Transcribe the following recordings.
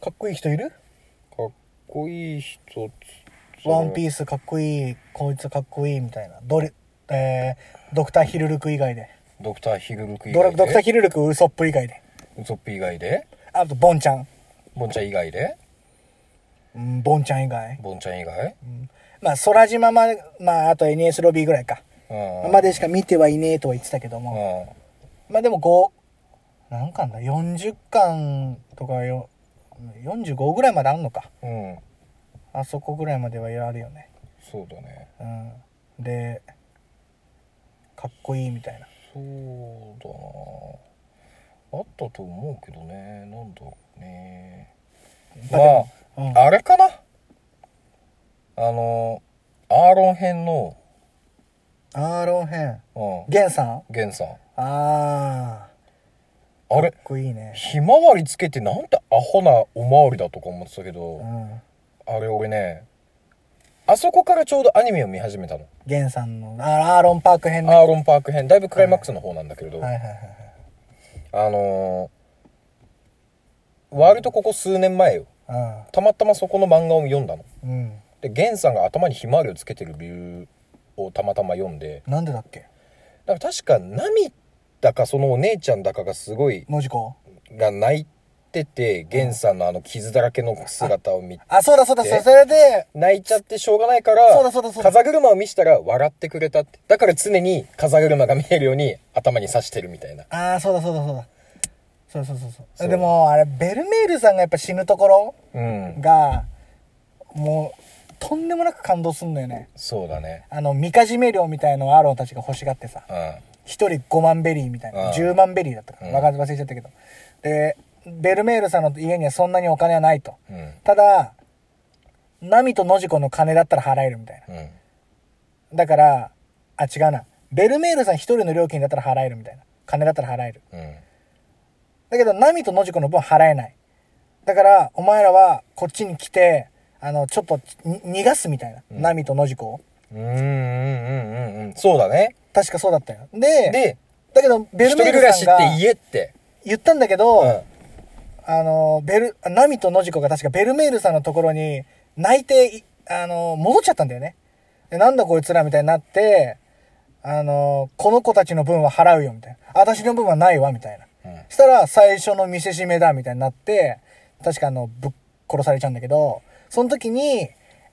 かっこいい人いる？ かっこいい人ワンピースかっこいい、こいつかっこいいみたいな。ドクターヒルルク以外で。 ドクターヒルルク以外で。 ドクターヒルルクウソップ以外で。 ウソップ以外で。 あとボンちゃん。 ボンちゃん以外で。 ボンちゃん以外。 ボンちゃん以外。 まあ空島まで、まああと NS ロビーぐらいか。までしか見てはいねえとは言ってたけども。まあでも何巻だ ?40 巻とか45ぐらいまであんのか。あそこぐらいまではあるよね。 そうだね。 で、かっこいいみたいな。 そうだな。あったと思うけどね。なんだろうね。まあ、あれかな。アーロン編の。 アーロン編。ゲンさん。 あれかっこいいね。 ひまわりつけてなんてアホなおまわりだとか思ってたけど、あれ俺ね、あそこからちょうどアニメを見始めたの。 ゲンさんのアーロンパーク編ね。 アーロンパーク編、だいぶクライマックスの方なんだけれど、割とここ数年前よ。たまたまそこの漫画を読んだの。で、ゲンさんが頭にひまわりをつけてる理由をたまたま読んで。 なんでだっけ？ だから確かナミだかそのお姉ちゃんだかがすごいノジコが泣いてて、ゲンさんの傷だらけの姿を見て、 そうだそれで泣いちゃってしょうがないから、風車を見せたら笑ってくれたって。だから常に風車が見えるように頭に刺してるみたいな。 そうだでもあれベルメールさんがやっぱ死ぬところが、もうとんでもなく感動すんのよね。 そうだね。 みかじめ料みたいのをアーロンたちが欲しがってさ、一人5万ベリーみたいな、10万ベリーだったから忘れちゃったけど、でベルメールさんの家にはそんなにお金はないと、ただナミとノジコの金だったら払えるみたいな、だから違うな、ベルメールさん一人の料金だったら払えるみたいな、金だったら払える、だけどナミとノジコの分払えない。だからお前らはこっちに来てちょっと逃がすみたいな、ナミとノジコを。 そうだね。 確かそうだったよ。で、だけどベルメールさんが一人暮らしって言えって言ったんだけど、ナミとノジコが確かベルメールさんのところに泣いて戻っちゃったんだよね。で、なんだこいつらみたいになって、この子たちの分は払うよみたいな、私の分はないわみたいな、したら最初の見せしめだみたいになって、確かぶっ殺されちゃうんだけど、その時に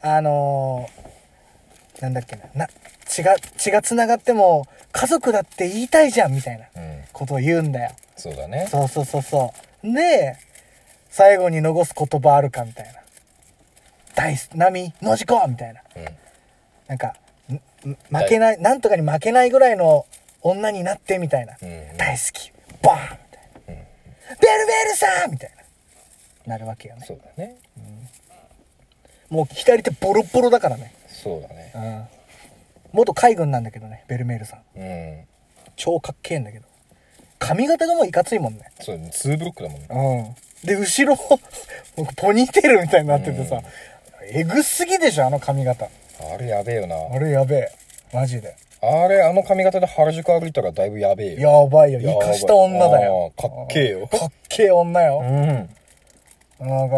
なんだっけな、血が繋がっても家族だって言いたいじゃんみたいなことを言うんだよ。 そうだね。 そうで、最後に残す言葉あるかみたいな、ナミノジコみたいな、なんか負けない、なんとかに負けないぐらいの女になってみたいな、大好きバーンみたいな、ベルベルさんみたいななるわけよね。 そうだね。 もう左手ボロボロだからね。 そうだね。 元海軍なんだけどね、ベルメールさん。超かっけえんだけど。髪型がもういかついもんね。 そう、2ブロックだもんね。 で、後ろ、ポニーテールみたいになっててさ、えぐすぎでしょ、あの髪型。 あれやべえよな。 あれやべえ。マジで。 あの髪型で原宿歩いたらだいぶやべえよ。 やばいよ。生かした女だよ。 かっけえよ。 かっけえ女よ。だから、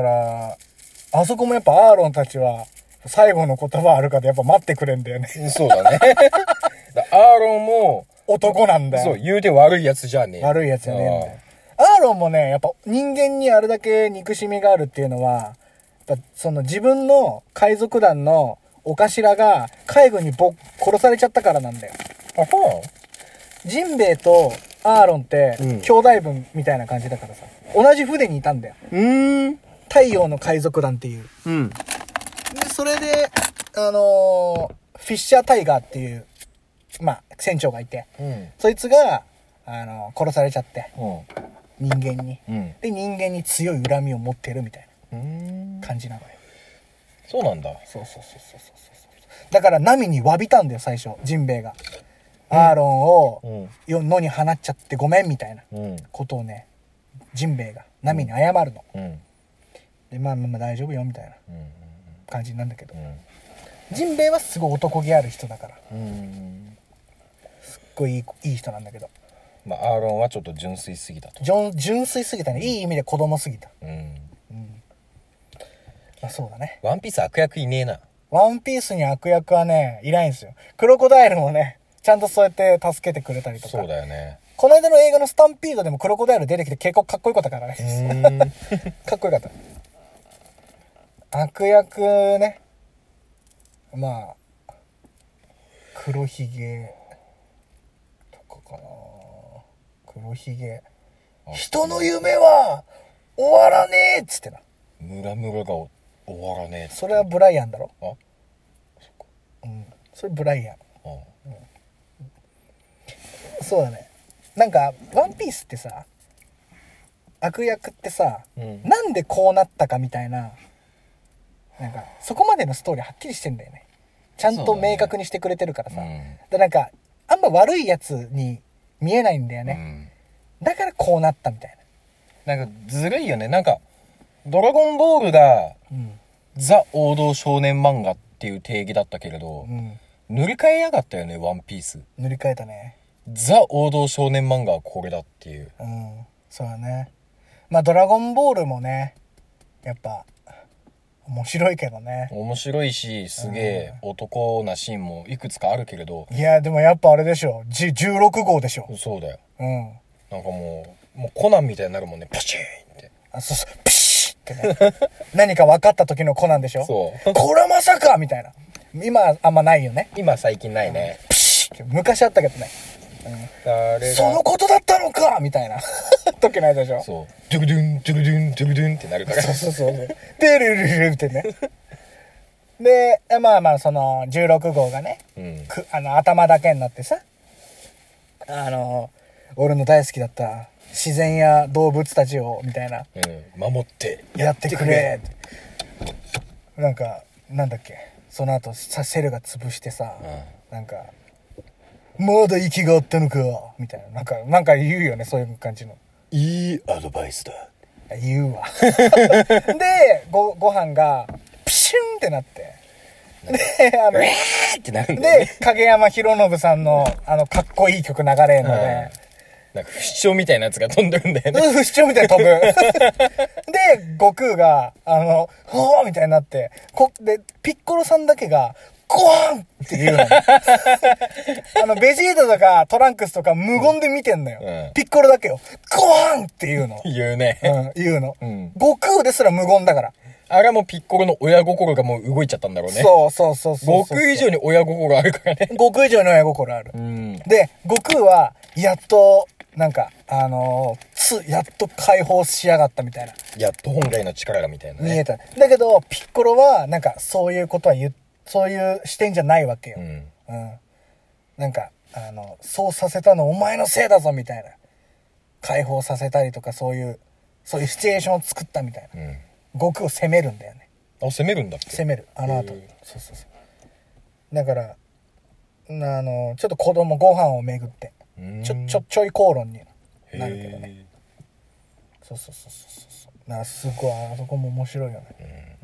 あそこもやっぱアーロンたちは、最後の言葉あるかでやっぱ待ってくれんだよね。 そうだね。アーロンも、 男なんだよ。 そう、言うて悪いやつじゃねえ。 悪いやつじゃねえんだよ。アーロンもね、やっぱ人間にあれだけ憎しみがあるっていうのは、やっぱその自分の海賊団のお頭が海軍に殺されちゃったからなんだよ。ジンベエとアーロンって兄弟分みたいな感じだからさ、同じ船にいたんだよ。太陽の海賊団っていう。で、それで、フィッシャータイガーっていう、船長がいて、そいつが、殺されちゃって、人間に、で、人間に強い恨みを持ってるみたいな感じなのよ。 そうなんだ。 そう。だから、ナミに詫びたんだよ、最初、ジンベエが。アーロンを、野に放っちゃってごめんみたいなことをね、ジンベエがナミに謝るの。で、大丈夫よみたいな感じなんだけど、ジンベエはすごい男気ある人だから、すっごいいい人なんだけど、 アーロンはちょっと純粋すぎたと。 純粋すぎたね。いい意味で子供すぎた。 あ、そうだね。 ワンピース悪役いねえな。 ワンピースに悪役はね、いないんですよ。クロコダイルもね、ちゃんとそうやって助けてくれたりとか。 そうだよね。 この間の映画のスタンピードでもクロコダイル出てきて結構かっこよかったからね。かっこよかった。悪役ね。まあ、黒ひげとかかな。黒ひげ。人の夢は終わらねえっつってな。 ムラムラが終わらねえ。 それはブライアンだろ。 あ、そっか。 うん。それブライアン。 あ、 そうだね。なんか、ワンピースってさ、悪役ってさ、なんでこうなったかみたいな、なんか、そこまでのストーリーはっきりしてんだよね。ちゃんと明確にしてくれてるからさ。で、なんか、あんま悪いやつに見えないんだよね。だからこうなったみたいな。なんか、ずるいよね。なんか、ドラゴンボールが、ザ王道少年漫画っていう定義だったけれど、塗り替えやがったよね、ワンピース。 塗り替えたね。 ザ王道少年漫画はこれだっていう。 そうだね。まあ、ドラゴンボールもね、やっぱ、面白いけどね。 面白いし、すげえ男なシーンもいくつかあるけれど。 いや、でもやっぱあれでしょ。16号でしょ。 そうだよ。なんかもうコナンみたいになるもんね。パチーンって。 あ、そうそう、ピシッってね。何か分かった時のコナンでしょ。 そう。 これはまさかみたいな。今、あんまないよね。 今最近ないね。 ピシッって昔あったけどね。そのことだったのかみたいな時ないでしょ。 そう。ドゥクドゥン、ドゥクドゥン、ドゥクドゥンってなるから。 そう。でルルルルってね。で、まあその16号がね、頭だけになってさ、俺の大好きだった自然や動物たちをみたいな、 守ってやってくれってなんかなんだっけ、その後さセルが潰してさ、なんかまだ息があったのかみたいな、なんか言うよね、そういう感じの。 いいアドバイスだ言うわでご飯がピシュンってなって、でってなるんだよね。 で影山博信さんのかっこいい曲流れるので、 なんか不死鳥みたいなやつが飛んでるんだよね。 不死鳥みたいに飛ぶで悟空がふわーみたいになって、でピッコロさんだけがゴワンって言うのベジータとかトランクスとか無言で見てんのよ、ピッコロだけよゴワンって言うの。 言うね。 言うの、悟空ですら無言だから。 あれはもうピッコロの親心がもう動いちゃったんだろうね。 そう。 悟空以上に親心あるからね。 悟空以上に親心ある。で、悟空は、やっと、なんか、やっと解放しやがったみたいな。 やっと本来の力がみたいなね。 見えた。だけど、ピッコロは、なんか、そういうことはそういう視点じゃないわけよ。なんか、そうさせたのお前のせいだぞみたいな。解放させたりとか、そういうシチュエーションを作ったみたいな。悟空を攻めるんだよね。 あ、攻めるんだっけ？ 攻める。後。そうだから、ちょっと子供ご飯をめぐって、ちょい口論になるけどね。そう。すごい、あそこも面白いよね。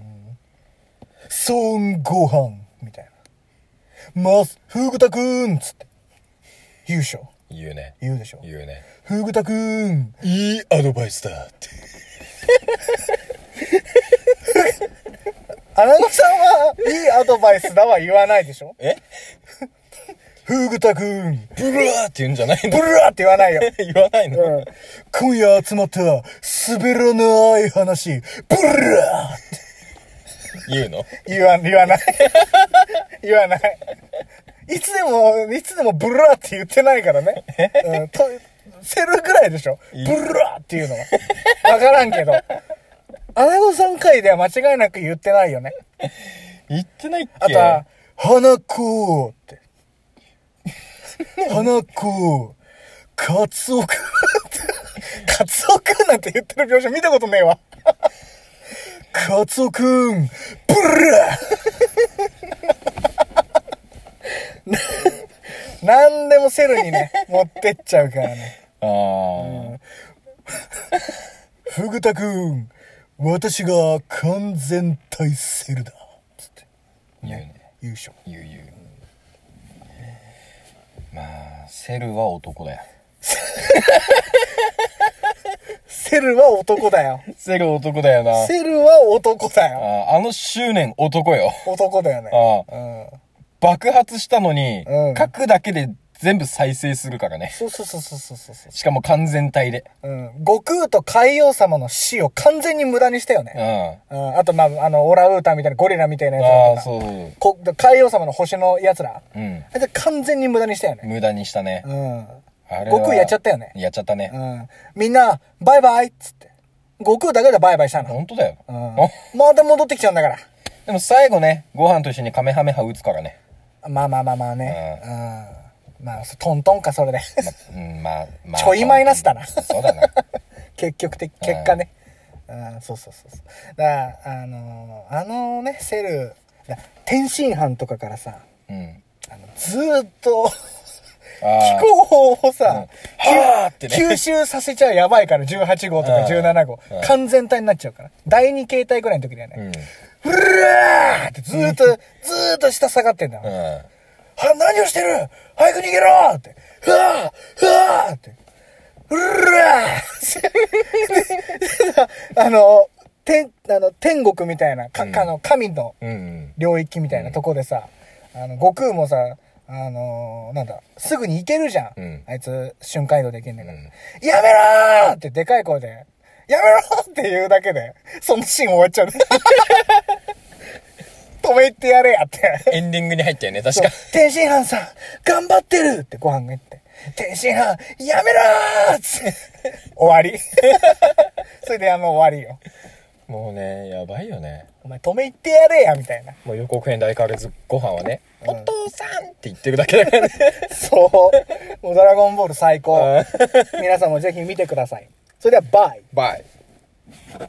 孫悟飯みたいな。フグタくんっつって。言うでしょ。 言うね。 言うでしょ。 言うね。 フグタくん。 いいアドバイスだって。 アナゴさんはいいアドバイスだは言わないでしょ。フグタくん。 ブラーって言うんじゃないの？ ブラーって言わないよ。 言わないの？ 今夜集まった滑らない話、ブラーって言うの？ 言わない。言わない。いつでもブラーって言ってないからね。セルぐらいでしょ。ブラーっていうのは。わからんけど。アナゴさん回では間違いなく言ってないよね。 言ってないっけ？ あとは、花子って。花子、カツオくんって。カツオくんなんて言ってる描写見たことねえわ。カツオくん、ブラなんでもセルにね、持ってっちゃうからね。フグタくん、私が完全体セルだ。つって。 言うね。 優勝。 言う。まあ、セルは男だよ。 セセルは男だよ。 セル男だよな。 セルは男だよ。 あの執念男よ。 男だよね。 爆発したのに、書くだけで全部再生するからね。 そう。 しかも完全体で。 悟空と海王様の死を完全に無駄にしたよね。あと、オラウータンみたいなゴリラみたいなやつとか。海王様の星のやつら。完全に無駄にしたよね。 無駄にしたね。 悟空やっちゃったよね。 やっちゃったね。 みんな、バイバイっつって。悟空だけでバイバイしたの。 本当だよ。 また戻ってきちゃうんだから。 でも最後ね、ご飯と一緒にカメハメハ打つからね。 まあね。トントンか、それで。ちょいマイナスだな。 そうだな。 結果ね。そう。だから、ね、セル、天津飯とかからさ、ずーっと、気候をさ、吸収させちゃやばいから、18号とか17号。完全体になっちゃうから。第2形態ぐらいの時だよね。ふらーってずーっと下下がってんだ。何をしてる早く逃げろって。ふわーって。うらー天国みたいな、神の領域みたいなとこでさ、悟空もさ、すぐに行けるじゃん。あいつ、瞬間移動できんねんから。やめろーってでかい声で、やめろーって言うだけで、そのシーン終わっちゃうね。止めてやれやって。 エンディングに入ったよね、確か。 天津飯さん、頑張ってるってご飯が言って。天津飯、やめろーっつって。終わり。それで終わりよ。 もうね、やばいよね。 お前止めてやれや、みたいな。 もう予告編で相変わらずご飯はね、お父さんって言ってるだけだからね。 そう。もうドラゴンボール最高。皆さんもぜひ見てください。それでは、バイ。 バイ。